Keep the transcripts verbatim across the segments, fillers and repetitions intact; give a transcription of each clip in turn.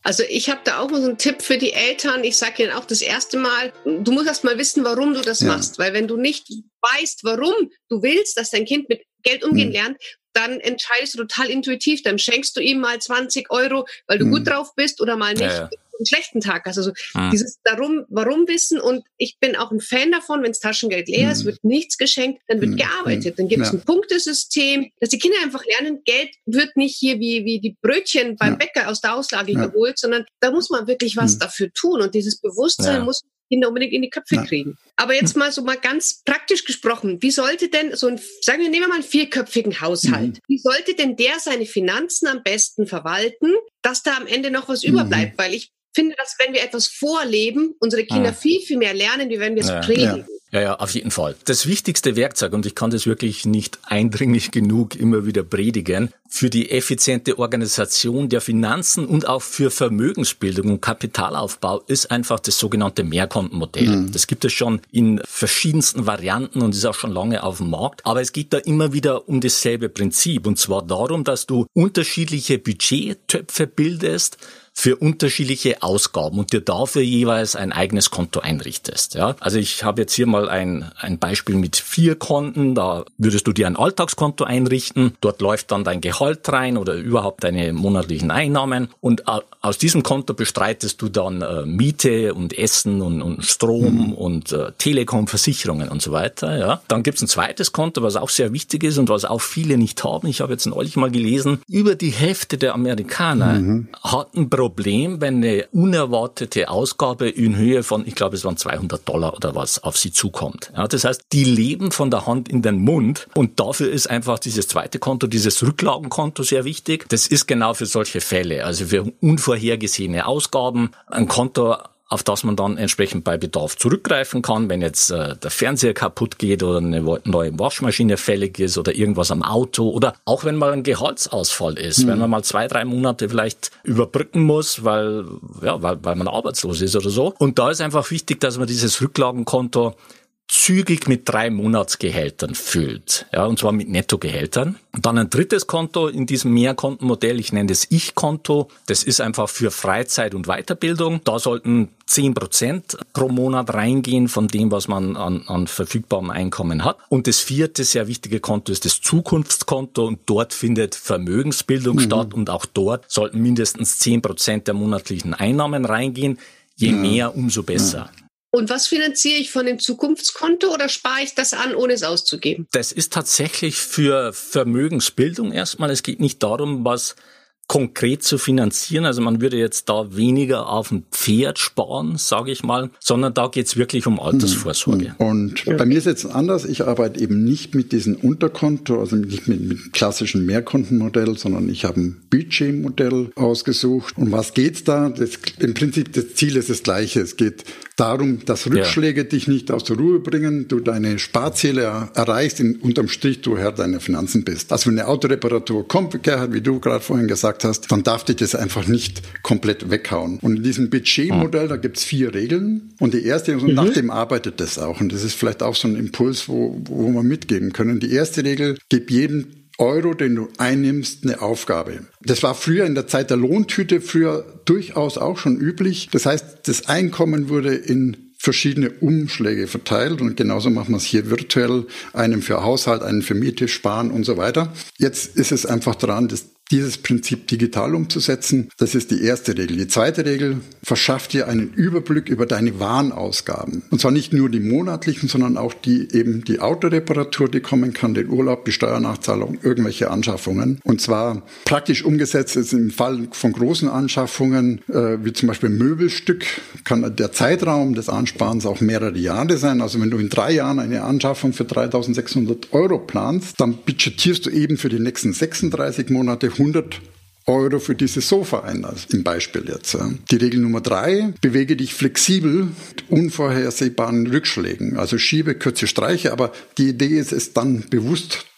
Also ich habe da auch mal so einen Tipp für die Eltern. Ich sage ihnen auch das erste Mal, du musst erst mal wissen, warum du das ja. machst. Weil wenn du nicht weißt, warum du willst, dass dein Kind mit Geld umgehen mhm. lernt, dann entscheidest du total intuitiv. Dann schenkst du ihm mal zwanzig Euro, weil du mhm. gut drauf bist oder mal nicht. Ja, ja. einen schlechten Tag hast. Also mhm. dieses darum, warum wissen, und ich bin auch ein Fan davon, wenn das Taschengeld leer mhm. ist, wird nichts geschenkt, dann wird mhm. gearbeitet. Dann gibt es ja. ein Punktesystem, dass die Kinder einfach lernen, Geld wird nicht hier wie, wie die Brötchen beim ja. Bäcker aus der Auslage ja. geholt, sondern da muss man wirklich was mhm. dafür tun. Und dieses Bewusstsein ja. muss Kinder unbedingt in die Köpfe ja. kriegen. Aber jetzt mal so mal ganz praktisch gesprochen, wie sollte denn so ein, sagen wir, nehmen wir mal einen vierköpfigen Haushalt, mhm. wie sollte denn der seine Finanzen am besten verwalten, dass da am Ende noch was mhm. überbleibt? Weil ich finde, dass wenn wir etwas vorleben, unsere Kinder mhm. viel, viel mehr lernen, wie wenn wir es ja. predigen. Ja. Ja, ja, auf jeden Fall. Das wichtigste Werkzeug, und ich kann das wirklich nicht eindringlich genug immer wieder predigen, für die effiziente Organisation der Finanzen und auch für Vermögensbildung und Kapitalaufbau ist einfach das sogenannte Mehrkontenmodell. Mhm. Das gibt es schon in verschiedensten Varianten und ist auch schon lange auf dem Markt. Aber es geht da immer wieder um dasselbe Prinzip, und zwar darum, dass du unterschiedliche Budgettöpfe bildest für unterschiedliche Ausgaben und dir dafür jeweils ein eigenes Konto einrichtest. Ja, also ich habe jetzt hier mal ein, ein Beispiel mit vier Konten. Da würdest du dir ein Alltagskonto einrichten. Dort läuft dann dein Gehalt rein oder überhaupt deine monatlichen Einnahmen. Und aus diesem Konto bestreitest du dann äh, Miete und Essen und, und Strom mhm. und äh, Telekom, Versicherungen und so weiter. Ja, dann gibt's ein zweites Konto, was auch sehr wichtig ist und was auch viele nicht haben. Ich habe jetzt neulich mal gelesen, über die Hälfte der Amerikaner mhm. hatten Problem, wenn eine unerwartete Ausgabe in Höhe von, ich glaube, es waren zweihundert Dollar oder was, auf sie zukommt. Ja, das heißt, die leben von der Hand in den Mund, und dafür ist einfach dieses zweite Konto, dieses Rücklagenkonto sehr wichtig. Das ist genau für solche Fälle, also für unvorhergesehene Ausgaben, ein Konto, auf das man dann entsprechend bei Bedarf zurückgreifen kann, wenn jetzt äh, der Fernseher kaputt geht oder eine neue Waschmaschine fällig ist oder irgendwas am Auto, oder auch wenn mal ein Gehaltsausfall ist, mhm. wenn man mal zwei, drei Monate vielleicht überbrücken muss, weil ja, weil, weil man arbeitslos ist oder so. Und da ist einfach wichtig, dass man dieses Rücklagenkonto zügig mit drei Monatsgehältern füllt, ja, und zwar mit Nettogehältern. Und dann ein drittes Konto in diesem Mehrkontenmodell, ich nenne das Ich-Konto, das ist einfach für Freizeit und Weiterbildung. Da sollten zehn Prozent pro Monat reingehen von dem, was man an, an verfügbarem Einkommen hat. Und das vierte sehr wichtige Konto ist das Zukunftskonto, und dort findet Vermögensbildung mhm. statt, und auch dort sollten mindestens zehn Prozent der monatlichen Einnahmen reingehen. Je mhm. mehr, umso besser. Mhm. Und was finanziere ich von dem Zukunftskonto, oder spare ich das an, ohne es auszugeben? Das ist tatsächlich für Vermögensbildung erstmal. Es geht nicht darum, was konkret zu finanzieren. Also man würde jetzt da weniger auf ein Pferd sparen, sage ich mal, sondern da geht's wirklich um Altersvorsorge. Und bei mir ist jetzt anders. Ich arbeite eben nicht mit diesem Unterkonto, also nicht mit, mit klassischen Mehrkontenmodell, sondern ich habe ein Budgetmodell ausgesucht. Und was geht's da? Das, im Prinzip, das Ziel ist das gleiche. Es geht darum, dass Rückschläge ja. dich nicht aus der Ruhe bringen, du deine Sparziele erreichst, in, unterm Strich du Herr deiner Finanzen bist. Also wenn eine Autoreparatur kommt, Gerhard, wie du gerade vorhin gesagt hast, dann darf dich das einfach nicht komplett weghauen. Und in diesem Budgetmodell, da gibt's vier Regeln. Und die erste, und mhm. nach dem arbeitet das auch. Und das ist vielleicht auch so ein Impuls, wo, wo wir mitgeben können. Die erste Regel, gib jedem Euro, den du einnimmst, eine Aufgabe. Das war früher in der Zeit der Lohntüte früher durchaus auch schon üblich. Das heißt, das Einkommen wurde in verschiedene Umschläge verteilt, und genauso macht man es hier virtuell, einen für Haushalt, einen für Miete, Sparen und so weiter. Jetzt ist es einfach dran, das dieses Prinzip digital umzusetzen. Das ist die erste Regel. Die zweite Regel, verschafft dir einen Überblick über deine Warenausgaben. Und zwar nicht nur die monatlichen, sondern auch die eben die Autoreparatur, die kommen kann, den Urlaub, die Steuernachzahlung, irgendwelche Anschaffungen. Und zwar praktisch umgesetzt ist im Fall von großen Anschaffungen, äh, wie zum Beispiel ein Möbelstück, kann der Zeitraum des Ansparens auch mehrere Jahre sein. Also wenn du in drei Jahren eine Anschaffung für dreitausendsechshundert Euro planst, dann budgetierst du eben für die nächsten sechsunddreißig Monate hundert Euro für dieses Sofa ein, also im Beispiel jetzt. Die Regel Nummer drei, bewege dich flexibel mit unvorhersehbaren Rückschlägen. Also schiebe, kürze, streiche, aber die Idee ist es dann bewusst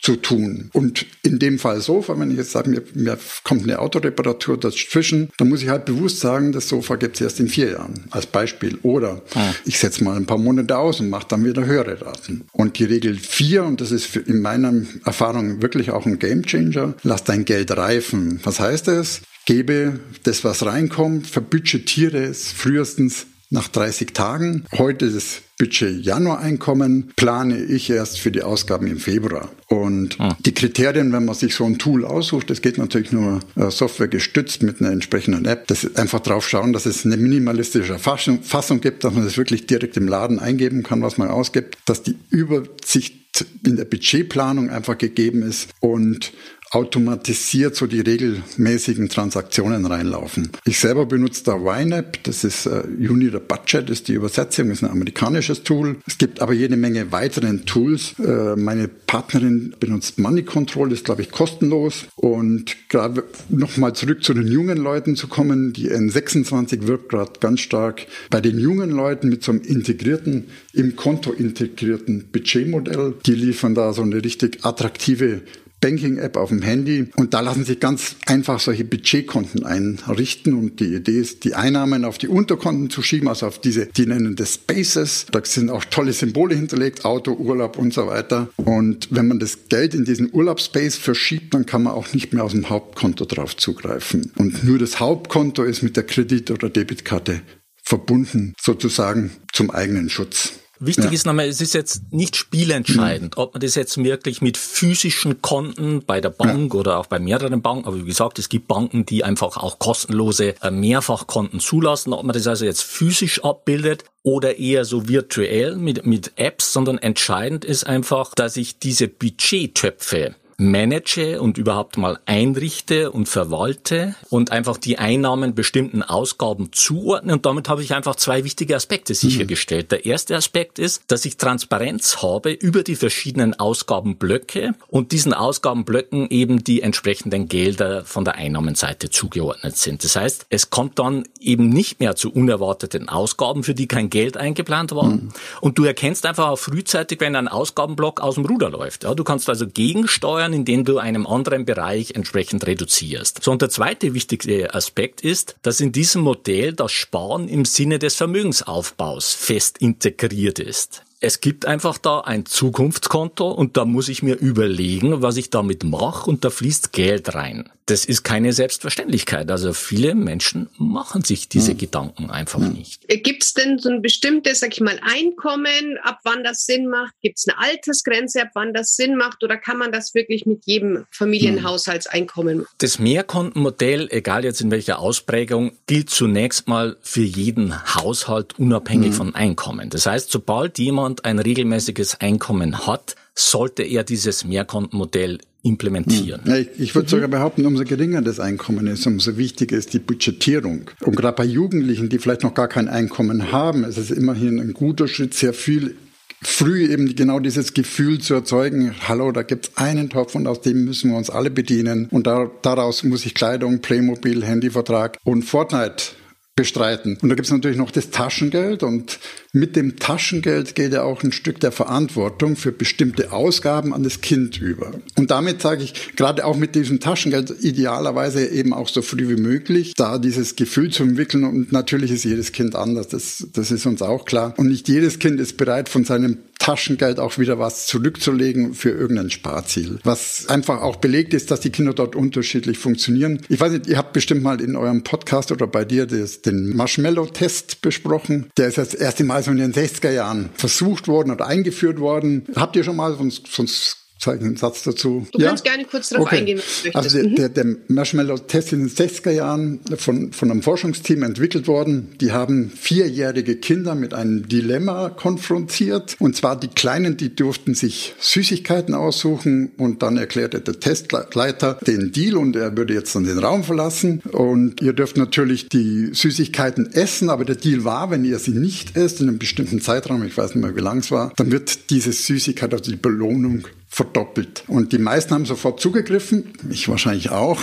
zu tun. Und in dem Fall Sofa, wenn ich jetzt sage, mir, mir kommt eine Autoreparatur dazwischen, dann muss ich halt bewusst sagen, das Sofa gibt es erst in vier Jahren, als Beispiel. Oder ah. ich setze mal ein paar Monate aus und mache dann wieder höhere Raten. Und die Regel vier, und das ist für, in meiner Erfahrung wirklich auch ein Gamechanger, lass dein Geld reifen. Was heißt das? Gebe das, was reinkommt, verbudgetiere es frühestens nach dreißig Tagen. Heute ist das Budget Januareinkommen, plane ich erst für die Ausgaben im Februar. Und ah. die Kriterien, wenn man sich so ein Tool aussucht, das geht natürlich nur äh, Software gestützt mit einer entsprechenden App, das ist einfach drauf schauen, dass es eine minimalistische Fassung, Fassung gibt, dass man das wirklich direkt im Laden eingeben kann, was man ausgibt, dass die Übersicht in der Budgetplanung einfach gegeben ist und automatisiert so die regelmäßigen Transaktionen reinlaufen. Ich selber benutze da YNAB, das ist uh, You Need a Budget, ist die Übersetzung, ist ein amerikanisches Tool. Es gibt aber jede Menge weiteren Tools. Uh, meine Partnerin benutzt Money Control, ist glaube ich kostenlos. Und gerade nochmal zurück zu den jungen Leuten zu kommen, die N sechsundzwanzig wirkt gerade ganz stark bei den jungen Leuten mit so einem integrierten, im Konto integrierten Budgetmodell. Die liefern da so eine richtig attraktive Banking-App auf dem Handy und da lassen sich ganz einfach solche Budgetkonten einrichten und die Idee ist, die Einnahmen auf die Unterkonten zu schieben, also auf diese, die nennen das Spaces. Da sind auch tolle Symbole hinterlegt, Auto, Urlaub und so weiter. Und wenn man das Geld in diesen Urlaubsspace verschiebt, dann kann man auch nicht mehr aus dem Hauptkonto drauf zugreifen. Und nur das Hauptkonto ist mit der Kredit- oder Debitkarte verbunden, sozusagen zum eigenen Schutz. Wichtig ja. ist nochmal, es ist jetzt nicht spielentscheidend, ob man das jetzt wirklich mit physischen Konten bei der Bank ja. oder auch bei mehreren Banken, aber wie gesagt, es gibt Banken, die einfach auch kostenlose Mehrfachkonten zulassen, ob man das also jetzt physisch abbildet oder eher so virtuell mit, mit Apps, sondern entscheidend ist einfach, dass ich diese Budgettöpfe manage und überhaupt mal einrichte und verwalte und einfach die Einnahmen bestimmten Ausgaben zuordne. Und damit habe ich einfach zwei wichtige Aspekte sichergestellt. Mhm. Der erste Aspekt ist, dass ich Transparenz habe über die verschiedenen Ausgabenblöcke und diesen Ausgabenblöcken eben die entsprechenden Gelder von der Einnahmenseite zugeordnet sind. Das heißt, es kommt dann eben nicht mehr zu unerwarteten Ausgaben, für die kein Geld eingeplant war. Mhm. Und du erkennst einfach auch frühzeitig, wenn ein Ausgabenblock aus dem Ruder läuft. Ja, du kannst also gegensteuern, indem du einem anderen Bereich entsprechend reduzierst. So, und der zweite wichtige Aspekt ist, dass in diesem Modell das Sparen im Sinne des Vermögensaufbaus fest integriert ist. Es gibt einfach da ein Zukunftskonto und da muss ich mir überlegen, was ich damit mache und da fließt Geld rein. Das ist keine Selbstverständlichkeit. Also viele Menschen machen sich diese hm. Gedanken einfach hm. nicht. Gibt es denn so ein bestimmtes, sag ich mal, Einkommen, ab wann das Sinn macht? Gibt es eine Altersgrenze, ab wann das Sinn macht? Oder kann man das wirklich mit jedem Familienhaushaltseinkommen machen? Das Mehrkontenmodell, egal jetzt in welcher Ausprägung, gilt zunächst mal für jeden Haushalt unabhängig hm. von Einkommen. Das heißt, sobald jemand ein regelmäßiges Einkommen hat, sollte er dieses Mehrkontenmodell implementieren. Ja, ich ich würde mhm. sogar behaupten, umso geringer das Einkommen ist, umso wichtiger ist die Budgetierung. Und gerade bei Jugendlichen, die vielleicht noch gar kein Einkommen haben, ist es immerhin ein guter Schritt, sehr viel früh eben genau dieses Gefühl zu erzeugen, hallo, da gibt's einen Topf und aus dem müssen wir uns alle bedienen. Und da, daraus muss ich Kleidung, Playmobil, Handyvertrag und Fortnite bestreiten. Und da gibt's natürlich noch das Taschengeld und mit dem Taschengeld geht ja auch ein Stück der Verantwortung für bestimmte Ausgaben an das Kind über. Und damit sage ich, gerade auch mit diesem Taschengeld idealerweise eben auch so früh wie möglich, da dieses Gefühl zu entwickeln und natürlich ist jedes Kind anders, das, das ist uns auch klar. Und nicht jedes Kind ist bereit, von seinem Taschengeld auch wieder was zurückzulegen für irgendein Sparziel. Was einfach auch belegt ist, dass die Kinder dort unterschiedlich funktionieren. Ich weiß nicht, ihr habt bestimmt mal in eurem Podcast oder bei dir das, den Marshmallow-Test besprochen. Der ist das erste Mal so in den sechziger Jahren versucht worden oder eingeführt worden. Habt ihr schon mal, sonst, sonst zeige ich einen Satz dazu. Du ja? kannst gerne kurz darauf okay. eingehen, wenn du Also der, der, der Marshmallow-Test in den sechziger Jahren von, von einem Forschungsteam entwickelt worden. Die haben vierjährige Kinder mit einem Dilemma konfrontiert. Und zwar die Kleinen, die durften sich Süßigkeiten aussuchen und dann erklärte der Testleiter den Deal und er würde jetzt dann den Raum verlassen. Und ihr dürft natürlich die Süßigkeiten essen, aber der Deal war, wenn ihr sie nicht esst in einem bestimmten Zeitraum, ich weiß nicht mehr, wie lang es war, dann wird diese Süßigkeit, also die Belohnung, verdoppelt. Und die meisten haben sofort zugegriffen, ich wahrscheinlich auch,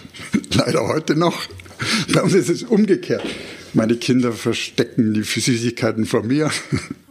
leider heute noch. Bei uns ist es umgekehrt. Meine Kinder verstecken die Süßigkeiten vor mir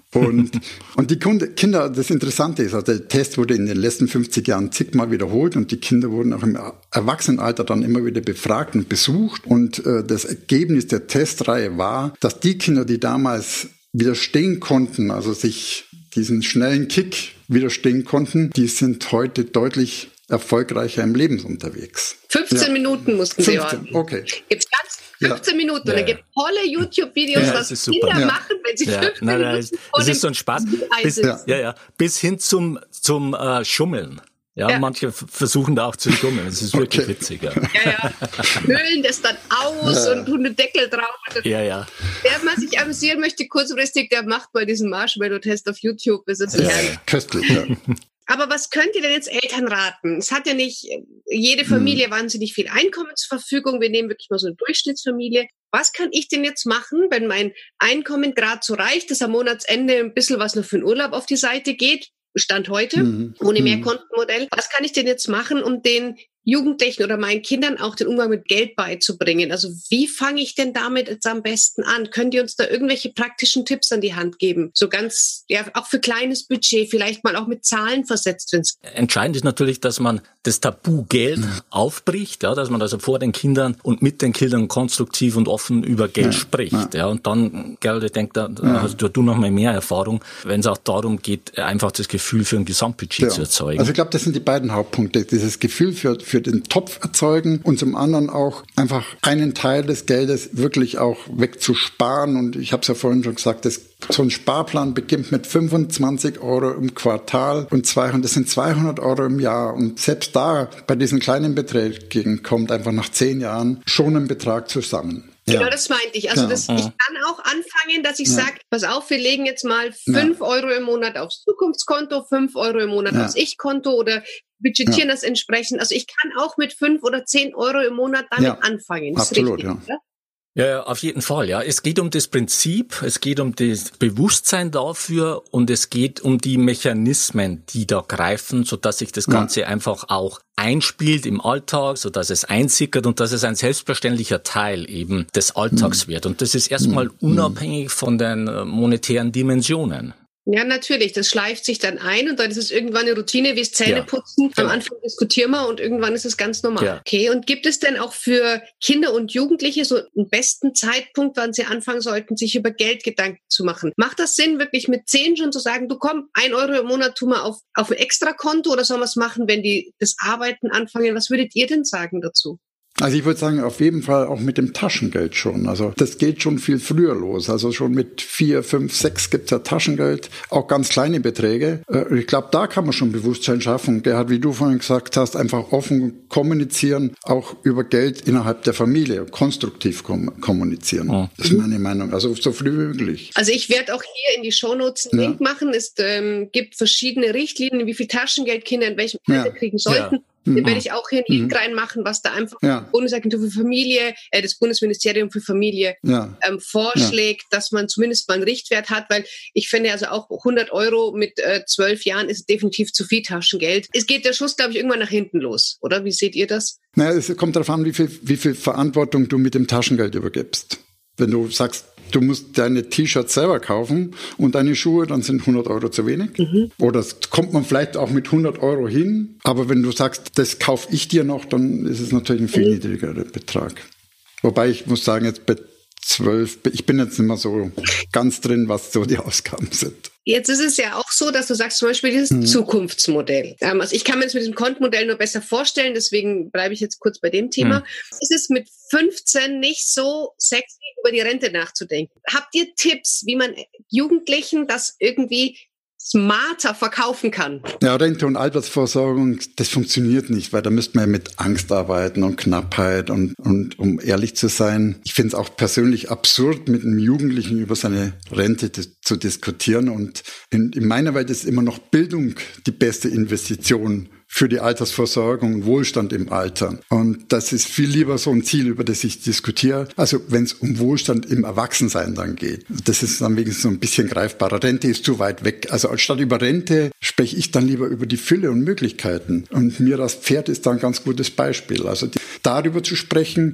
Und, und die Kunde, Kinder, das Interessante ist, also der Test wurde in den letzten fünfzig Jahren zigmal wiederholt und die Kinder wurden auch im Erwachsenenalter dann immer wieder befragt und besucht. Und äh, das Ergebnis der Testreihe war, dass die Kinder, die damals widerstehen konnten, also sich diesen schnellen Kick widerstehen konnten, die sind heute deutlich erfolgreicher im Leben unterwegs. fünfzehn ja. Minuten mussten sie fünfzehn, warten. Okay. Gibt's ganz fünfzehn ja. Minuten. Ja, und dann ja. gibt es tolle YouTube-Videos, ja, was Kinder ja. machen, wenn sie ja. fünfzehn nein, nein, Minuten Es ist so ein Spaß. Bis, ja. Ja, ja. Bis hin zum, zum äh, Schummeln. Ja, ja, manche f- versuchen da auch zu schummeln. Das ist wirklich okay. witzig. Ja, ja. ja. Höhlen das dann aus ja. und tun den Deckel drauf. Ja, ja. Wer mal sich amüsieren möchte, kurzfristig, der macht mal diesen Marshmallow-Test auf YouTube. Das ist ja, köstlich, ja. Aber was könnt ihr denn jetzt Eltern raten? Es hat ja nicht jede Familie hm. wahnsinnig viel Einkommen zur Verfügung. Wir nehmen wirklich mal so eine Durchschnittsfamilie. Was kann ich denn jetzt machen, wenn mein Einkommen gerade so reicht, dass am Monatsende ein bisschen was noch für den Urlaub auf die Seite geht? Stand heute, mhm. ohne Mehrkontenmodell. Was kann ich denn jetzt machen, um den Jugendlichen oder meinen Kindern auch den Umgang mit Geld beizubringen? Also wie fange ich denn damit jetzt am besten an? Könnt ihr uns da irgendwelche praktischen Tipps an die Hand geben? So ganz, ja, auch für kleines Budget, vielleicht mal auch mit Zahlen versetzt, wenn's. Entscheidend ist natürlich, dass man das Tabu Geld mhm. aufbricht, ja, dass man also vor den Kindern und mit den Kindern konstruktiv und offen über Geld ja. spricht, ja. ja, und dann, Gerald, ich denke, da, da ja. hast du noch mal mehr Erfahrung, wenn es auch darum geht, einfach das Gefühl für ein Gesamtbudget ja. zu erzeugen. Also ich glaube, das sind die beiden Hauptpunkte, dieses Gefühl für für den Topf erzeugen und zum anderen auch einfach einen Teil des Geldes wirklich auch wegzusparen. Und ich habe es ja vorhin schon gesagt, das, so ein Sparplan beginnt mit fünfundzwanzig Euro im Quartal und zweihundert, das sind zweihundert Euro im Jahr. Und selbst da, bei diesen kleinen Beträgen, kommt einfach nach zehn Jahren schon ein Betrag zusammen. Genau, ja. das meinte ich. Also genau. das, ich kann auch anfangen, dass ich ja. sage, pass auf, wir legen jetzt mal fünf ja. Euro im Monat aufs Zukunftskonto, fünf Euro im Monat ja. aufs Ich-Konto oder budgetieren ja. das entsprechend. Also ich kann auch mit fünf oder zehn Euro im Monat damit ja. anfangen. Das Absolut, ist richtig, ja. oder? Ja, auf jeden Fall, ja. Es geht um das Prinzip, es geht um das Bewusstsein dafür und es geht um die Mechanismen, die da greifen, sodass sich das Ganze ja. einfach auch einspielt im Alltag, sodass es einsickert und dass es ein selbstverständlicher Teil eben des Alltags mhm. wird. Und das ist erstmal mhm. unabhängig von den monetären Dimensionen. Ja, natürlich. Das schleift sich dann ein und dann ist es irgendwann eine Routine wie das Zähneputzen. Ja. Am genau. Anfang diskutieren wir und irgendwann ist es ganz normal. Ja. Okay, und gibt es denn auch für Kinder und Jugendliche so einen besten Zeitpunkt, wann sie anfangen sollten, sich über Geld Gedanken zu machen? Macht das Sinn, wirklich mit zehn schon zu sagen, du komm, ein Euro im Monat tun wir auf, auf ein Extrakonto oder sollen wir es machen, wenn die das Arbeiten anfangen? Was würdet ihr denn sagen dazu? Also ich würde sagen, auf jeden Fall auch mit dem Taschengeld schon. Also das geht schon viel früher los. Also schon mit vier, fünf, sechs gibt es ja Taschengeld, auch ganz kleine Beträge. Ich glaube, da kann man schon Bewusstsein schaffen. Gerhard, wie du vorhin gesagt hast, einfach offen kommunizieren, auch über Geld innerhalb der Familie, konstruktiv kom- kommunizieren. Ja. Das ist meine Meinung. Also so früh wie möglich. Also ich werde auch hier in die Shownotes einen ja. Link machen. Es ähm, gibt verschiedene Richtlinien, wie viel Taschengeld Kinder in welchem Alter ja. kriegen sollten. Ja. Da werde ich auch hier einen Link reinmachen, was da einfach ja. die Bundesagentur für Familie, äh, das Bundesministerium für Familie ja. ähm, vorschlägt, ja. dass man zumindest mal einen Richtwert hat, weil ich finde also auch hundert Euro mit äh, zwölf Jahren ist definitiv zu viel Taschengeld. Es geht der Schuss, glaube ich, irgendwann nach hinten los, oder? Wie seht ihr das? Naja, es kommt darauf an, wie viel, wie viel Verantwortung du mit dem Taschengeld übergibst. Wenn du sagst, du musst deine T-Shirts selber kaufen und deine Schuhe, dann sind hundert Euro zu wenig. Mhm. Oder kommt man vielleicht auch mit hundert Euro hin. Aber wenn du sagst, das kaufe ich dir noch, dann ist es natürlich ein viel mhm. niedrigerer Betrag. Wobei ich muss sagen, jetzt bei zwölf, ich bin jetzt nicht mehr so ganz drin, was so die Ausgaben sind. Jetzt ist es ja auch so, dass du sagst zum Beispiel dieses mhm. Zukunftsmodell. Ähm, also ich kann mir das mit diesem Kontenmodell nur besser vorstellen, deswegen bleibe ich jetzt kurz bei dem Thema. Mhm. Es ist mit fünfzehn nicht so sexy, über die Rente nachzudenken. Habt ihr Tipps, wie man Jugendlichen das irgendwie smarter verkaufen kann? Ja, Rente und Altersvorsorgung, das funktioniert nicht, weil da müsste man ja mit Angst arbeiten und Knappheit und, und um ehrlich zu sein, ich finde es auch persönlich absurd, mit einem Jugendlichen über seine Rente dis- zu diskutieren und in, in meiner Welt ist immer noch Bildung die beste Investition für die Altersversorgung und Wohlstand im Alter. Und das ist viel lieber so ein Ziel, über das ich diskutiere. Also wenn es um Wohlstand im Erwachsensein dann geht. Das ist dann wenigstens so ein bisschen greifbarer. Rente ist zu weit weg. Also anstatt über Rente spreche ich dann lieber über die Fülle und Möglichkeiten. Und mir das Pferd ist da ein ganz gutes Beispiel. Also die, darüber zu sprechen,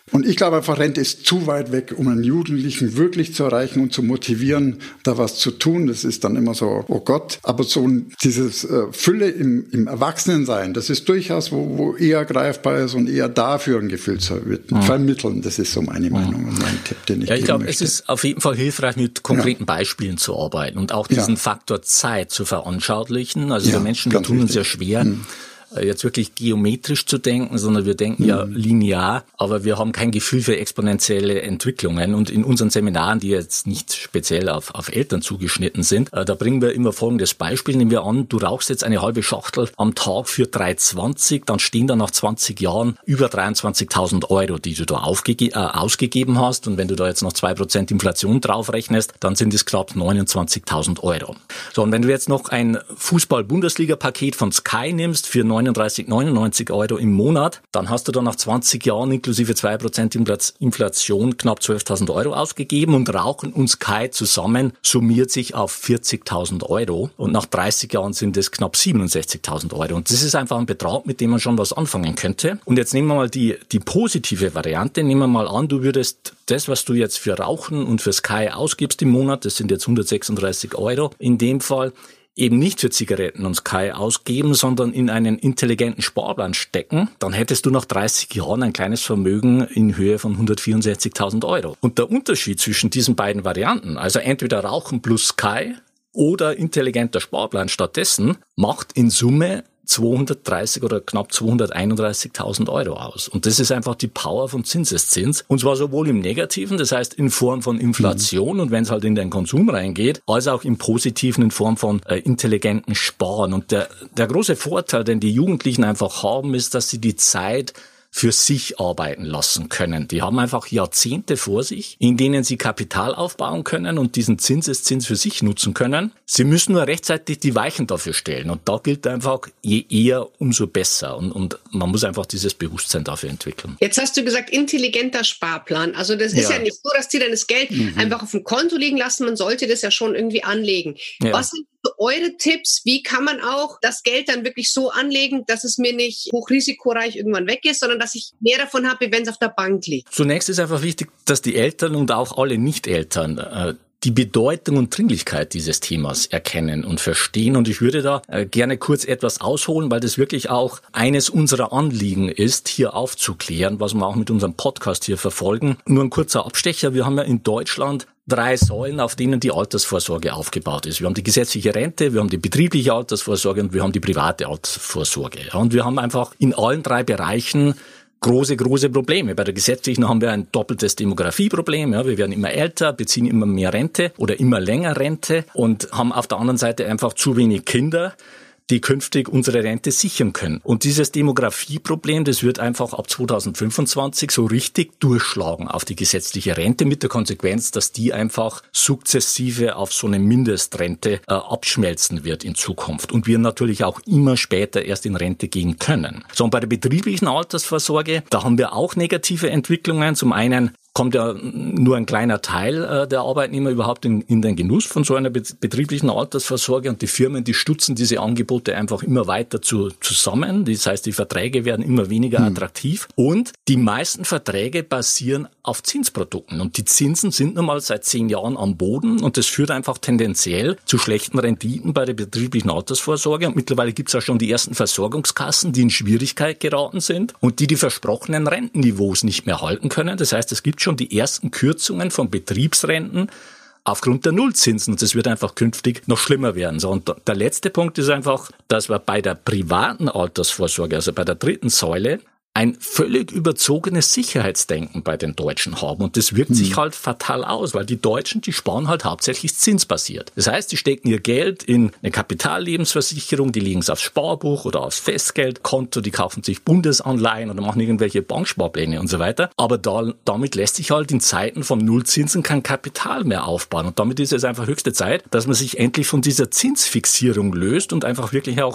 Und ich glaube einfach, Rente ist zu weit weg, um einen Jugendlichen wirklich zu erreichen und zu motivieren, da was zu tun. Das ist dann immer so, oh Gott. Aber so dieses äh, Fülle im, im Erwachsenensein, das ist durchaus, wo, wo eher greifbar ist und eher dafür ein Gefühl zu wird, mhm. vermitteln. Das ist so meine Meinung und mein Tipp, den ich Ja, ich glaube, möchte. es ist auf jeden Fall hilfreich, mit konkreten ja. Beispielen zu arbeiten und auch diesen ja. Faktor Zeit zu veranschaulichen. Also ja, wir Menschen, wir tun uns ja schwer, mhm. jetzt wirklich geometrisch zu denken, sondern wir denken mhm. ja linear, aber wir haben kein Gefühl für exponentielle Entwicklungen. Und in unseren Seminaren, die jetzt nicht speziell auf, auf Eltern zugeschnitten sind, äh, da bringen wir immer folgendes Beispiel. Nehmen wir an, du rauchst jetzt eine halbe Schachtel am Tag für drei zwanzig, dann stehen da nach zwanzig Jahren über dreiundzwanzigtausend Euro, die du da aufgege- äh, ausgegeben hast. Und wenn du da jetzt noch zwei Prozent Inflation draufrechnest, dann sind es knapp neunundzwanzigtausend Euro. So, und wenn du jetzt noch ein Fußball-Bundesliga-Paket von Sky nimmst für neununddreißig neunundneunzig Euro im Monat, dann hast du dann nach zwanzig Jahren inklusive zwei Prozent Inflation knapp zwölftausend Euro ausgegeben und Rauchen und Sky zusammen summiert sich auf vierzigtausend Euro und nach dreißig Jahren sind es knapp siebenundsechzigtausend Euro. Und das ist einfach ein Betrag, mit dem man schon was anfangen könnte. Und jetzt nehmen wir mal die, die positive Variante. Nehmen wir mal an, du würdest das, was du jetzt für Rauchen und für Sky ausgibst im Monat, das sind jetzt hundertsechsunddreißig Euro, in dem Fall eben nicht für Zigaretten und Sky ausgeben, sondern in einen intelligenten Sparplan stecken, dann hättest du nach dreißig Jahren ein kleines Vermögen in Höhe von hundertvierundsechzigtausend Euro. Und der Unterschied zwischen diesen beiden Varianten, also entweder Rauchen plus Sky oder intelligenter Sparplan stattdessen, macht in Summe zweihundertdreißig oder knapp zweihunderteinunddreißigtausend Euro aus. Und das ist einfach die Power von Zinseszins. Und zwar sowohl im Negativen, das heißt in Form von Inflation mhm. und wenn es halt in den Konsum reingeht, als auch im Positiven in Form von äh, intelligenten Sparen. Und der, der große Vorteil, den die Jugendlichen einfach haben, ist, dass sie die Zeit für sich arbeiten lassen können. Die haben einfach Jahrzehnte vor sich, in denen sie Kapital aufbauen können und diesen Zinseszins für sich nutzen können. Sie müssen nur rechtzeitig die Weichen dafür stellen. Und da gilt einfach, je eher, umso besser. Und, und man muss einfach dieses Bewusstsein dafür entwickeln. Jetzt hast du gesagt, intelligenter Sparplan. Also das ist ja, ja nicht so, dass die dann das Geld mhm. einfach auf dem Konto liegen lassen. Man sollte das ja schon irgendwie anlegen. Ja. Was sind eure Tipps? Wie kann man auch das Geld dann wirklich so anlegen, dass es mir nicht hochrisikoreich irgendwann weg ist, sondern dass ich mehr davon habe, wenn es auf der Bank liegt? Zunächst ist einfach wichtig, dass die Eltern und auch alle Nicht-Eltern äh, die Bedeutung und Dringlichkeit dieses Themas erkennen und verstehen. Und ich würde da äh, gerne kurz etwas ausholen, weil das wirklich auch eines unserer Anliegen ist, hier aufzuklären, was wir auch mit unserem Podcast hier verfolgen. Nur ein kurzer Abstecher. Wir haben ja in Deutschland drei Säulen, auf denen die Altersvorsorge aufgebaut ist. Wir haben die gesetzliche Rente, wir haben die betriebliche Altersvorsorge und wir haben die private Altersvorsorge. Und wir haben einfach in allen drei Bereichen große, große Probleme. Bei der gesetzlichen haben wir ein doppeltes Demografieproblem. Ja, wir werden immer älter, beziehen immer mehr Rente oder immer länger Rente und haben auf der anderen Seite einfach zu wenig Kinder, die künftig unsere Rente sichern können. Und dieses Demografieproblem, das wird einfach ab zweitausendfünfundzwanzig so richtig durchschlagen auf die gesetzliche Rente mit der Konsequenz, dass die einfach sukzessive auf so eine Mindestrente äh, abschmelzen wird in Zukunft. Und wir natürlich auch immer später erst in Rente gehen können. So, und bei der betrieblichen Altersvorsorge, da haben wir auch negative Entwicklungen. Zum einen kommt ja nur ein kleiner Teil äh, der Arbeitnehmer überhaupt in, in den Genuss von so einer be- betrieblichen Altersvorsorge und die Firmen, die stutzen diese Angebote einfach immer weiter zu, zusammen. Das heißt, die Verträge werden immer weniger hm. attraktiv und die meisten Verträge basieren auf Zinsprodukten und die Zinsen sind nun mal seit zehn Jahren am Boden und das führt einfach tendenziell zu schlechten Renditen bei der betrieblichen Altersvorsorge und mittlerweile gibt es auch schon die ersten Versorgungskassen, die in Schwierigkeit geraten sind und die die versprochenen Rentenniveaus nicht mehr halten können. Das heißt, es gibt schon die ersten Kürzungen von Betriebsrenten aufgrund der Nullzinsen. Und das wird einfach künftig noch schlimmer werden. So, und der letzte Punkt ist einfach, dass wir bei der privaten Altersvorsorge, also bei der dritten Säule, ein völlig überzogenes Sicherheitsdenken bei den Deutschen haben. Und das wirkt mhm. sich halt fatal aus, weil die Deutschen, die sparen halt hauptsächlich zinsbasiert. Das heißt, die stecken ihr Geld in eine Kapitallebensversicherung, die legen es aufs Sparbuch oder aufs Festgeldkonto, die kaufen sich Bundesanleihen oder machen irgendwelche Banksparpläne und so weiter. Aber da, damit lässt sich halt in Zeiten von Nullzinsen kein Kapital mehr aufbauen. Und damit ist es einfach höchste Zeit, dass man sich endlich von dieser Zinsfixierung löst und einfach wirklich auch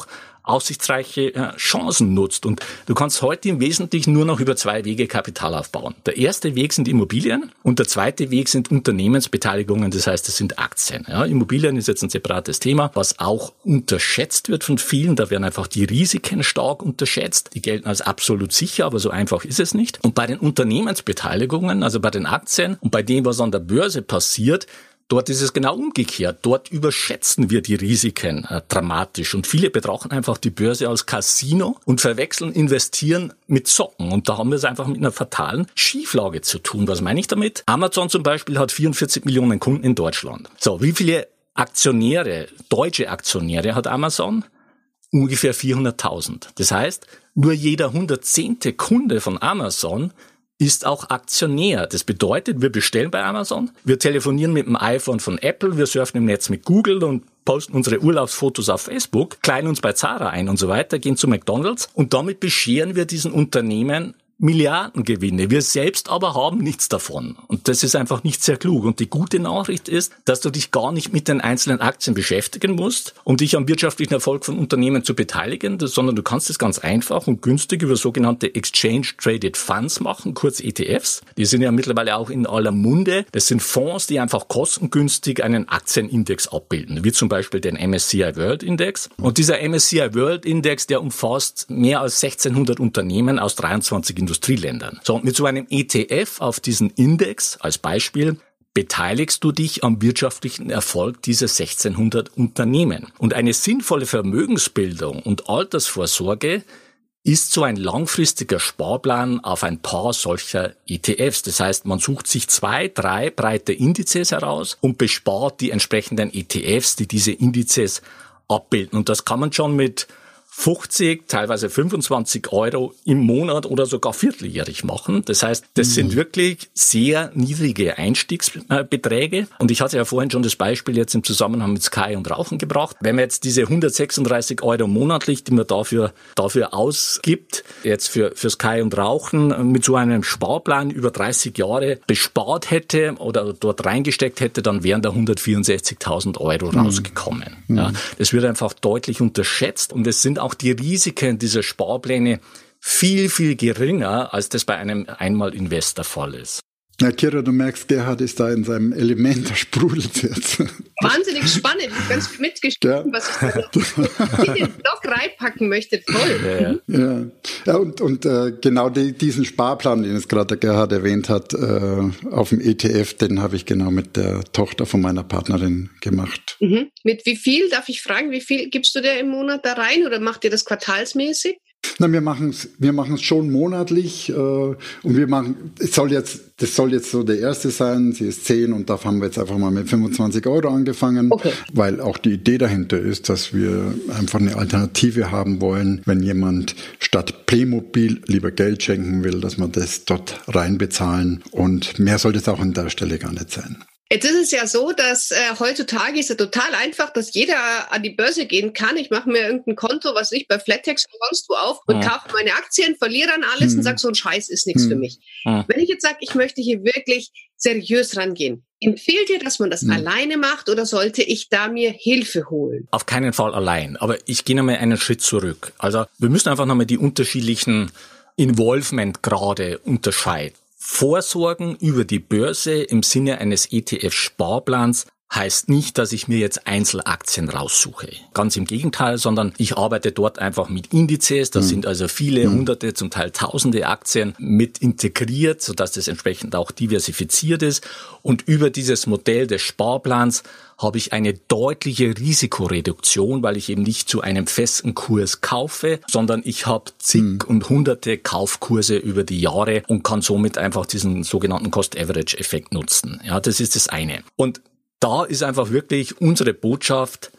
aussichtsreiche äh, Chancen nutzt. Und du kannst heute im Wesentlichen nur noch über zwei Wege Kapital aufbauen. Der erste Weg sind Immobilien und der zweite Weg sind Unternehmensbeteiligungen, das heißt, es sind Aktien. Ja, Immobilien ist jetzt ein separates Thema, was auch unterschätzt wird von vielen. Da werden einfach die Risiken stark unterschätzt. Die gelten als absolut sicher, aber so einfach ist es nicht. Und bei den Unternehmensbeteiligungen, also bei den Aktien und bei dem, was an der Börse passiert, dort ist es genau umgekehrt. Dort überschätzen wir die Risiken äh, dramatisch. Und viele betrachten einfach die Börse als Casino und verwechseln Investieren mit Zocken. Und da haben wir es einfach mit einer fatalen Schieflage zu tun. Was meine ich damit? Amazon zum Beispiel hat vierundvierzig Millionen Kunden in Deutschland. So, wie viele Aktionäre, deutsche Aktionäre hat Amazon? Ungefähr vierhunderttausend. Das heißt, nur jeder hundertzehnte Kunde von Amazon ist auch Aktionär. Das bedeutet, wir bestellen bei Amazon, wir telefonieren mit dem iPhone von Apple, wir surfen im Netz mit Google und posten unsere Urlaubsfotos auf Facebook, kleiden uns bei Zara ein und so weiter, gehen zu McDonald's und damit bescheren wir diesen Unternehmen Milliardengewinne. Wir selbst aber haben nichts davon. Und das ist einfach nicht sehr klug. Und die gute Nachricht ist, dass du dich gar nicht mit den einzelnen Aktien beschäftigen musst, um dich am wirtschaftlichen Erfolg von Unternehmen zu beteiligen, sondern du kannst es ganz einfach und günstig über sogenannte Exchange Traded Funds machen, kurz E T Fs. Die sind ja mittlerweile auch in aller Munde. Das sind Fonds, die einfach kostengünstig einen Aktienindex abbilden, wie zum Beispiel den M S C I World Index. Und dieser M S C I World Index, der umfasst mehr als sechzehnhundert Unternehmen aus dreiundzwanzig Industrieländern. So, und mit so einem E T F auf diesen Index als Beispiel beteiligst du dich am wirtschaftlichen Erfolg dieser sechzehnhundert Unternehmen. Und eine sinnvolle Vermögensbildung und Altersvorsorge ist so ein langfristiger Sparplan auf ein paar solcher E T Fs. Das heißt, man sucht sich zwei, drei breite Indizes heraus und bespart die entsprechenden E T Fs, die diese Indizes abbilden. Und das kann man schon mit fünfzig, teilweise fünfundzwanzig Euro im Monat oder sogar vierteljährig machen. Das heißt, das mhm. sind wirklich sehr niedrige Einstiegsbeträge. Und ich hatte ja vorhin schon das Beispiel jetzt im Zusammenhang mit Sky und Rauchen gebracht. Wenn man jetzt diese hundertsechsunddreißig Euro monatlich, die man dafür, dafür ausgibt, jetzt für, für Sky und Rauchen mit so einem Sparplan über dreißig Jahre bespart hätte oder dort reingesteckt hätte, dann wären da hundertvierundsechzigtausend Euro mhm. rausgekommen. Mhm. Ja, das wird einfach deutlich unterschätzt und es sind auch die Risiken dieser Sparpläne viel, viel geringer, als das bei einem Einmal-Invest der Fall ist. Ja, Kira, du merkst, Gerhard ist da in seinem Element, der sprudelt jetzt. Wahnsinnig spannend, ich habe ganz viel mitgeschrieben, ja. was ich da in den Blog reinpacken möchte. Toll. Ja, ja. ja und, und äh, genau die, diesen Sparplan, den jetzt gerade der Gerhard erwähnt hat, äh, auf dem E T F, den habe ich genau mit der Tochter von meiner Partnerin gemacht. Mhm. Mit wie viel, darf ich fragen, wie viel gibst du dir im Monat da rein oder macht ihr das quartalsmäßig? Na, wir machen es, wir machen es schon monatlich äh, und wir machen, es soll jetzt, das soll jetzt so der erste sein. Sie ist zehn und da haben wir jetzt einfach mal mit fünfundzwanzig Euro angefangen, okay. Weil auch die Idee dahinter ist, dass wir einfach eine Alternative haben wollen, wenn jemand statt Playmobil lieber Geld schenken will, dass wir das dort reinbezahlen und mehr sollte es auch an der Stelle gar nicht sein. Jetzt ist es ja so, dass äh, heutzutage ist ja total einfach, dass jeder an die Börse gehen kann. Ich mache mir irgendein Konto, was ich bei Flatex oder sonst wo auf und ja. kaufe meine Aktien, verliere dann alles hm. und sage, so ein Scheiß ist nichts hm. für mich. Ja. Wenn ich jetzt sage, ich möchte hier wirklich seriös rangehen, empfiehlt ihr, dass man das hm. alleine macht oder sollte ich da mir Hilfe holen? Auf keinen Fall allein, aber ich gehe nochmal einen Schritt zurück. Also wir müssen einfach nochmal die unterschiedlichen Involvement-Grade unterscheiden. Vorsorgen über die Börse im Sinne eines E T F-Sparplans heißt nicht, dass ich mir jetzt Einzelaktien raussuche. Ganz im Gegenteil, sondern ich arbeite dort einfach mit Indizes. Da mhm. sind also viele mhm. hunderte, zum Teil tausende Aktien mit integriert, sodass das entsprechend auch diversifiziert ist. Und über dieses Modell des Sparplans habe ich eine deutliche Risikoreduktion, weil ich eben nicht zu einem festen Kurs kaufe, sondern ich habe zig mhm. und hunderte Kaufkurse über die Jahre und kann somit einfach diesen sogenannten Cost-Average-Effekt nutzen. Ja, das ist das eine. Und da ist einfach wirklich unsere Botschaft,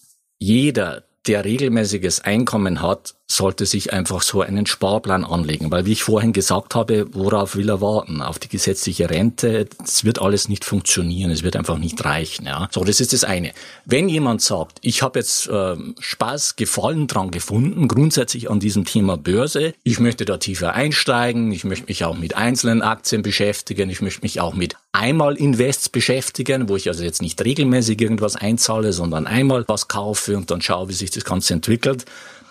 jeder, der regelmäßiges Einkommen hat, sollte sich einfach so einen Sparplan anlegen. Weil, wie ich vorhin gesagt habe, worauf will er warten? Auf die gesetzliche Rente? Das wird alles nicht funktionieren. Es wird einfach nicht reichen. Ja. So, das ist das eine. Wenn jemand sagt, ich habe jetzt äh, Spaß, Gefallen dran gefunden, grundsätzlich an diesem Thema Börse, ich möchte da tiefer einsteigen, ich möchte mich auch mit einzelnen Aktien beschäftigen, ich möchte mich auch mit Einmal-Invests beschäftigen, wo ich also jetzt nicht regelmäßig irgendwas einzahle, sondern einmal was kaufe und dann schaue, wie sich das Ganze entwickelt,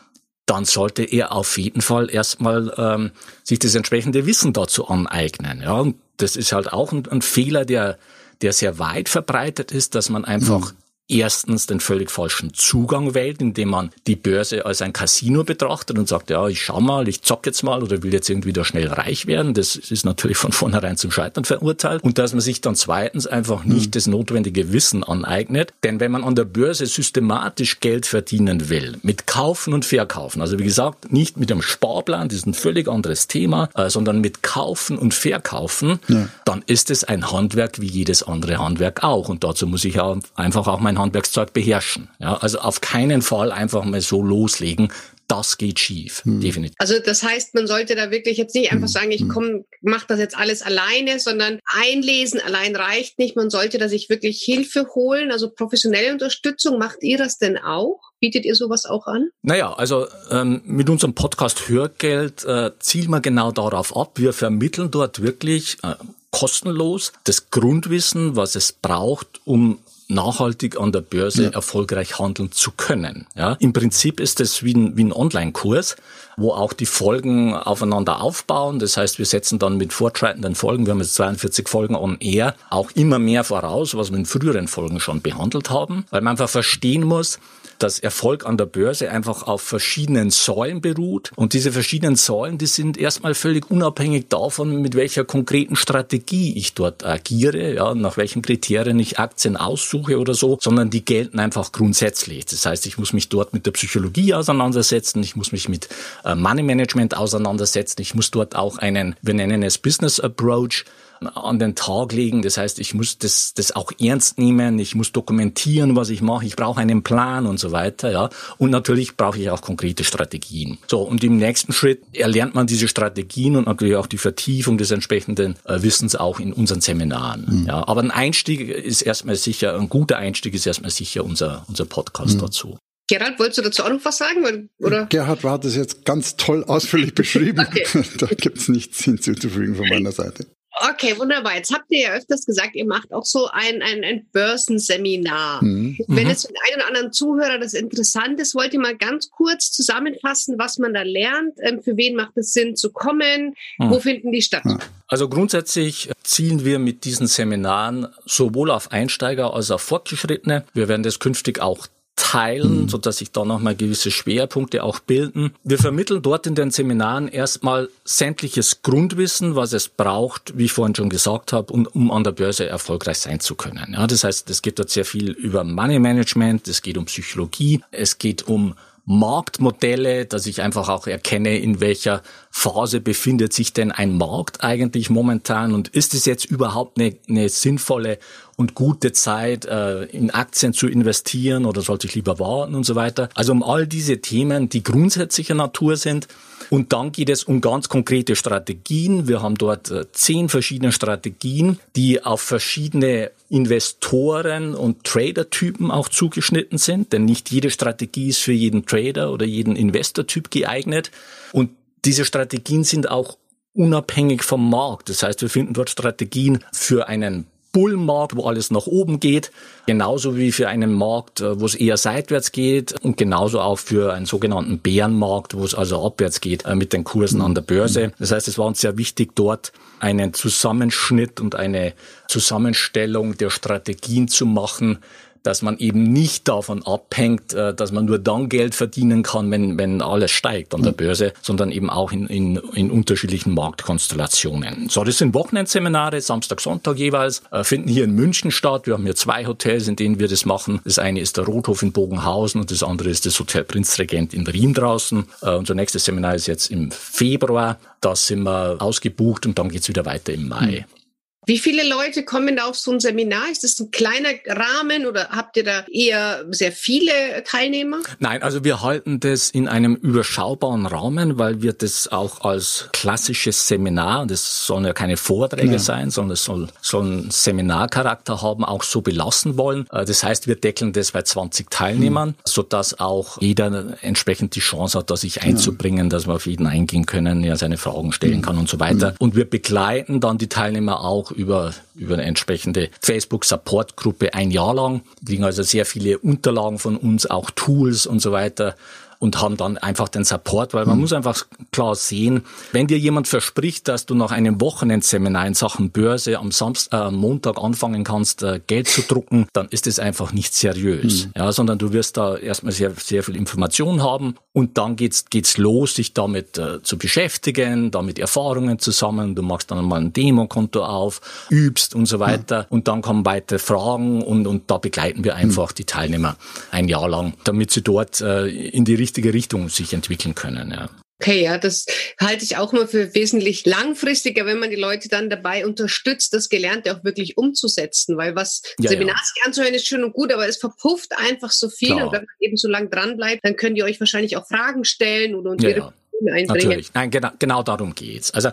dann sollte er auf jeden Fall erstmal ähm, sich das entsprechende Wissen dazu aneignen. Ja, und das ist halt auch ein, ein Fehler, der der sehr weit verbreitet ist, dass man einfach mhm. erstens den völlig falschen Zugang wählt, indem man die Börse als ein Casino betrachtet und sagt, ja, ich schau mal, ich zock jetzt mal oder will jetzt irgendwie da schnell reich werden. Das ist natürlich von vornherein zum Scheitern verurteilt. Und dass man sich dann zweitens einfach nicht mhm. das notwendige Wissen aneignet. Denn wenn man an der Börse systematisch Geld verdienen will, mit Kaufen und Verkaufen, also wie gesagt, nicht mit einem Sparplan, das ist ein völlig anderes Thema, äh, sondern mit Kaufen und Verkaufen, ja. dann ist es ein Handwerk wie jedes andere Handwerk auch. Und dazu muss ich auch einfach auch mein Handwerkszeug beherrschen. Ja, also auf keinen Fall einfach mal so loslegen. Das geht schief, hm. definitiv. Also das heißt, man sollte da wirklich jetzt nicht einfach sagen, ich komm, mach das jetzt alles alleine, sondern einlesen allein reicht nicht. Man sollte da sich wirklich Hilfe holen, also professionelle Unterstützung. Macht ihr das denn auch? Bietet ihr sowas auch an? Naja, also ähm, mit unserem Podcast Hörgeld äh, zielen wir genau darauf ab. Wir vermitteln dort wirklich äh, kostenlos das Grundwissen, was es braucht, um nachhaltig an der Börse ja. erfolgreich handeln zu können. Ja, im Prinzip ist es wie ein, wie ein Online-Kurs, wo auch die Folgen aufeinander aufbauen. Das heißt, wir setzen dann mit fortschreitenden Folgen, wir haben jetzt zweiundvierzig Folgen on air, auch immer mehr voraus, was wir in früheren Folgen schon behandelt haben, weil man einfach verstehen muss, dass Erfolg an der Börse einfach auf verschiedenen Säulen beruht. Und diese verschiedenen Säulen, die sind erstmal völlig unabhängig davon, mit welcher konkreten Strategie ich dort agiere, ja, nach welchen Kriterien ich Aktien aussuche oder so, sondern die gelten einfach grundsätzlich. Das heißt, ich muss mich dort mit der Psychologie auseinandersetzen, ich muss mich mit äh, Money Management auseinandersetzen, ich muss dort auch einen, wir nennen es Business Approach, an den Tag legen. Das heißt, ich muss das, das auch ernst nehmen, ich muss dokumentieren, was ich mache, ich brauche einen Plan und so weiter, ja. Und natürlich brauche ich auch konkrete Strategien. So, und im nächsten Schritt erlernt man diese Strategien und natürlich auch die Vertiefung des entsprechenden äh, Wissens auch in unseren Seminaren. Mhm. Ja, aber ein Einstieg ist erstmal sicher, ein guter Einstieg ist erstmal sicher unser, unser Podcast mhm. dazu. Gerhard, wolltest du dazu auch noch was sagen? Oder? Gerhard hat das jetzt ganz toll ausführlich beschrieben. Okay. Da gibt's nichts hinzuzufügen von meiner Seite. Okay, wunderbar. Jetzt habt ihr ja öfters gesagt, ihr macht auch so ein, ein, ein Börsenseminar. Mhm. Wenn jetzt für den einen oder anderen Zuhörer das interessant ist, wollt ihr mal ganz kurz zusammenfassen, was man da lernt? Für wen macht es Sinn zu kommen? Mhm. Wo finden die statt? Also grundsätzlich zielen wir mit diesen Seminaren sowohl auf Einsteiger als auch Fortgeschrittene. Wir werden das künftig auch teilen, so dass sich da nochmal gewisse Schwerpunkte auch bilden. Wir vermitteln dort in den Seminaren erstmal sämtliches Grundwissen, was es braucht, wie ich vorhin schon gesagt habe, um, um an der Börse erfolgreich sein zu können. Ja, das heißt, es geht dort sehr viel über Money Management, es geht um Psychologie, es geht um Marktmodelle, dass ich einfach auch erkenne, in welcher Phase befindet sich denn ein Markt eigentlich momentan und ist es jetzt überhaupt eine, eine sinnvolle und gute Zeit, äh, in Aktien zu investieren oder sollte ich lieber warten und so weiter. Also um all diese Themen, die grundsätzlicher Natur sind. Und dann geht es um ganz konkrete Strategien. Wir haben dort äh, zehn verschiedene Strategien, die auf verschiedene Investoren und Trader-Typen auch zugeschnitten sind. Denn nicht jede Strategie ist für jeden Trader oder jeden Investor-Typ geeignet. Und diese Strategien sind auch unabhängig vom Markt. Das heißt, wir finden dort Strategien für einen Bullenmarkt, wo alles nach oben geht, genauso wie für einen Markt, wo es eher seitwärts geht und genauso auch für einen sogenannten Bärenmarkt, wo es also abwärts geht mit den Kursen an der Börse. Das heißt, es war uns sehr wichtig, dort einen Zusammenschnitt und eine Zusammenstellung der Strategien zu machen, dass man eben nicht davon abhängt, dass man nur dann Geld verdienen kann, wenn wenn alles steigt an der Börse, sondern eben auch in in, in unterschiedlichen Marktkonstellationen. So, das sind Wochenendseminare, Samstag, Sonntag jeweils, finden hier in München statt. Wir haben hier zwei Hotels, in denen wir das machen. Das eine ist der Rothof in Bogenhausen und das andere ist das Hotel Prinzregent in Riem draußen. Unser nächstes Seminar ist jetzt im Februar. Da sind wir ausgebucht und dann geht's wieder weiter im Mai. Wie viele Leute kommen da auf so ein Seminar? Ist das ein kleiner Rahmen oder habt ihr da eher sehr viele Teilnehmer? Nein, also wir halten das in einem überschaubaren Rahmen, weil wir das auch als klassisches Seminar, das sollen ja keine Vorträge ja. sein, sondern es soll, soll einen Seminarcharakter haben, auch so belassen wollen. Das heißt, wir deckeln das bei zwanzig Teilnehmern, mhm. sodass auch jeder entsprechend die Chance hat, da sich einzubringen, ja. dass wir auf jeden eingehen können, ja seine Fragen stellen mhm. kann und so weiter. Mhm. Und wir begleiten dann die Teilnehmer auch über über eine entsprechende Facebook-Support-Gruppe ein Jahr lang. Die kriegen also sehr viele Unterlagen von uns, auch Tools und so weiter. und haben dann einfach den Support, weil man mhm. muss einfach klar sehen, wenn dir jemand verspricht, dass du nach einem Wochenendseminar in Sachen Börse am Samstag, äh, am Montag anfangen kannst, äh, Geld zu drucken, dann ist es einfach nicht seriös. Mhm. Ja, sondern du wirst da erstmal sehr, sehr viel Information haben und dann geht's, geht's los, sich damit äh, zu beschäftigen, damit Erfahrungen zu sammeln. Du machst dann mal ein Demokonto auf, übst und so weiter mhm. und dann kommen weitere Fragen und, und da begleiten wir einfach mhm. die Teilnehmer ein Jahr lang, damit sie dort äh, in die richtige Richtung sich entwickeln können. Ja. Okay, ja, das halte ich auch immer für wesentlich langfristiger, wenn man die Leute dann dabei unterstützt, das Gelernte auch wirklich umzusetzen, weil was ja, Seminars ja. anzuhören ist schön und gut, aber es verpufft einfach so viel. Klar. Und wenn man eben so lang dran bleibt, dann könnt ihr euch wahrscheinlich auch Fragen stellen oder uns ja, ihre ja. Natürlich. Nein, genau, genau darum geht's. Also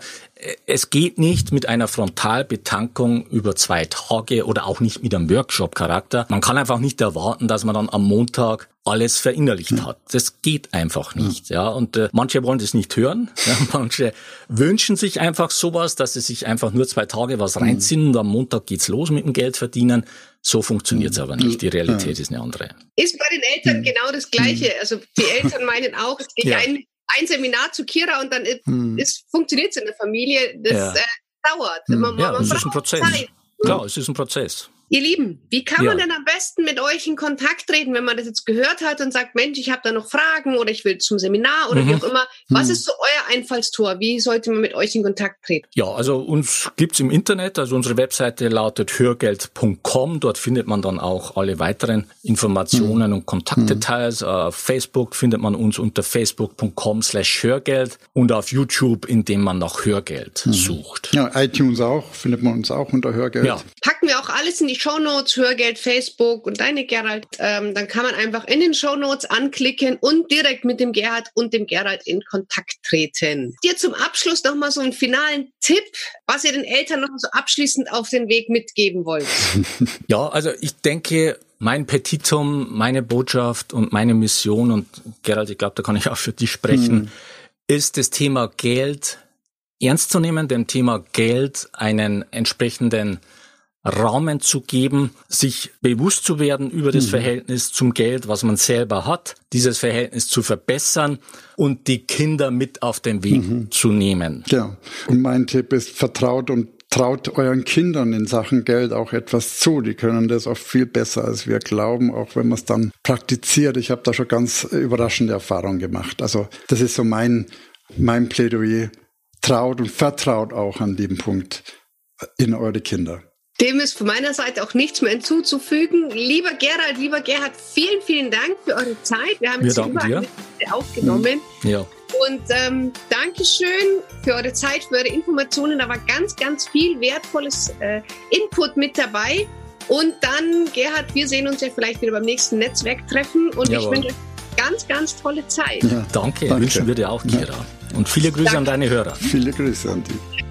es geht nicht mit einer Frontalbetankung über zwei Tage oder auch nicht mit einem Workshop-Charakter. Man kann einfach nicht erwarten, dass man dann am Montag alles verinnerlicht ja. hat. Das geht einfach nicht. Ja, und äh, manche wollen das nicht hören. Ja, manche wünschen sich einfach sowas, dass sie sich einfach nur zwei Tage was reinziehen und am Montag geht's los mit dem Geld verdienen. So funktioniert's aber nicht. Die Realität ja. ist eine andere. Ist bei den Eltern genau das Gleiche. Also die Eltern meinen auch, es geht ja. ein ein Seminar zu Kira und dann hm. funktioniert es in der Familie. Das ja. äh, dauert. Hm. Man, ja, man es ist ein Prozess. Zeit. Klar, es ist ein Prozess. Ihr Lieben, wie kann man ja. denn am besten mit euch in Kontakt treten, wenn man das jetzt gehört hat und sagt, Mensch, ich habe da noch Fragen oder ich will zum Seminar oder mhm. wie auch immer. Was mhm. ist so euer Einfallstor? Wie sollte man mit euch in Kontakt treten? Ja, also uns gibt's im Internet. Also unsere Webseite lautet hörgeld punkt com. Dort findet man dann auch alle weiteren Informationen mhm. und Kontaktdetails. Mhm. Auf Facebook findet man uns unter facebook punkt com slash hörgeld und auf YouTube, indem man nach Hörgeld mhm. sucht. Ja, iTunes auch, findet man uns auch unter Hörgeld. Ja. Packen wir auch alles in die Shownotes, Hörgeld, Facebook und deine Gerald. Ähm, dann kann man einfach in den Shownotes anklicken und direkt mit dem Gerhard und dem Gerald in Kontakt treten. Dir zum Abschluss nochmal so einen finalen Tipp, was ihr den Eltern noch so abschließend auf den Weg mitgeben wollt. Ja, also ich denke, mein Petitum, meine Botschaft und meine Mission, und Gerald, ich glaube, da kann ich auch für dich sprechen, hm. ist das Thema Geld ernst zu nehmen, dem Thema Geld einen entsprechenden Rahmen zu geben, sich bewusst zu werden über das mhm. Verhältnis zum Geld, was man selber hat, dieses Verhältnis zu verbessern und die Kinder mit auf den Weg mhm. zu nehmen. Ja, und mein Tipp ist, vertraut und traut euren Kindern in Sachen Geld auch etwas zu. Die können das oft viel besser, als wir glauben, auch wenn man es dann praktiziert. Ich habe da schon ganz überraschende Erfahrungen gemacht. Also das ist so mein, mein Plädoyer. Traut und vertraut auch an dem Punkt in eure Kinder. Dem ist von meiner Seite auch nichts mehr hinzuzufügen. Lieber Gerald, lieber Gerhard, vielen, vielen Dank für eure Zeit. Wir haben jetzt überall aufgenommen. Ja. Und ähm, Dankeschön für eure Zeit, für eure Informationen. Da war ganz, ganz viel wertvolles äh, Input mit dabei. Und dann, Gerhard, wir sehen uns ja vielleicht wieder beim nächsten Netzwerktreffen. Und Jawohl. Ich wünsche euch ganz, ganz tolle Zeit. Ja, danke, danke. Wünschen wir dir auch, Kira. Und viele Grüße danke. An deine Hörer. Viele Grüße an dich.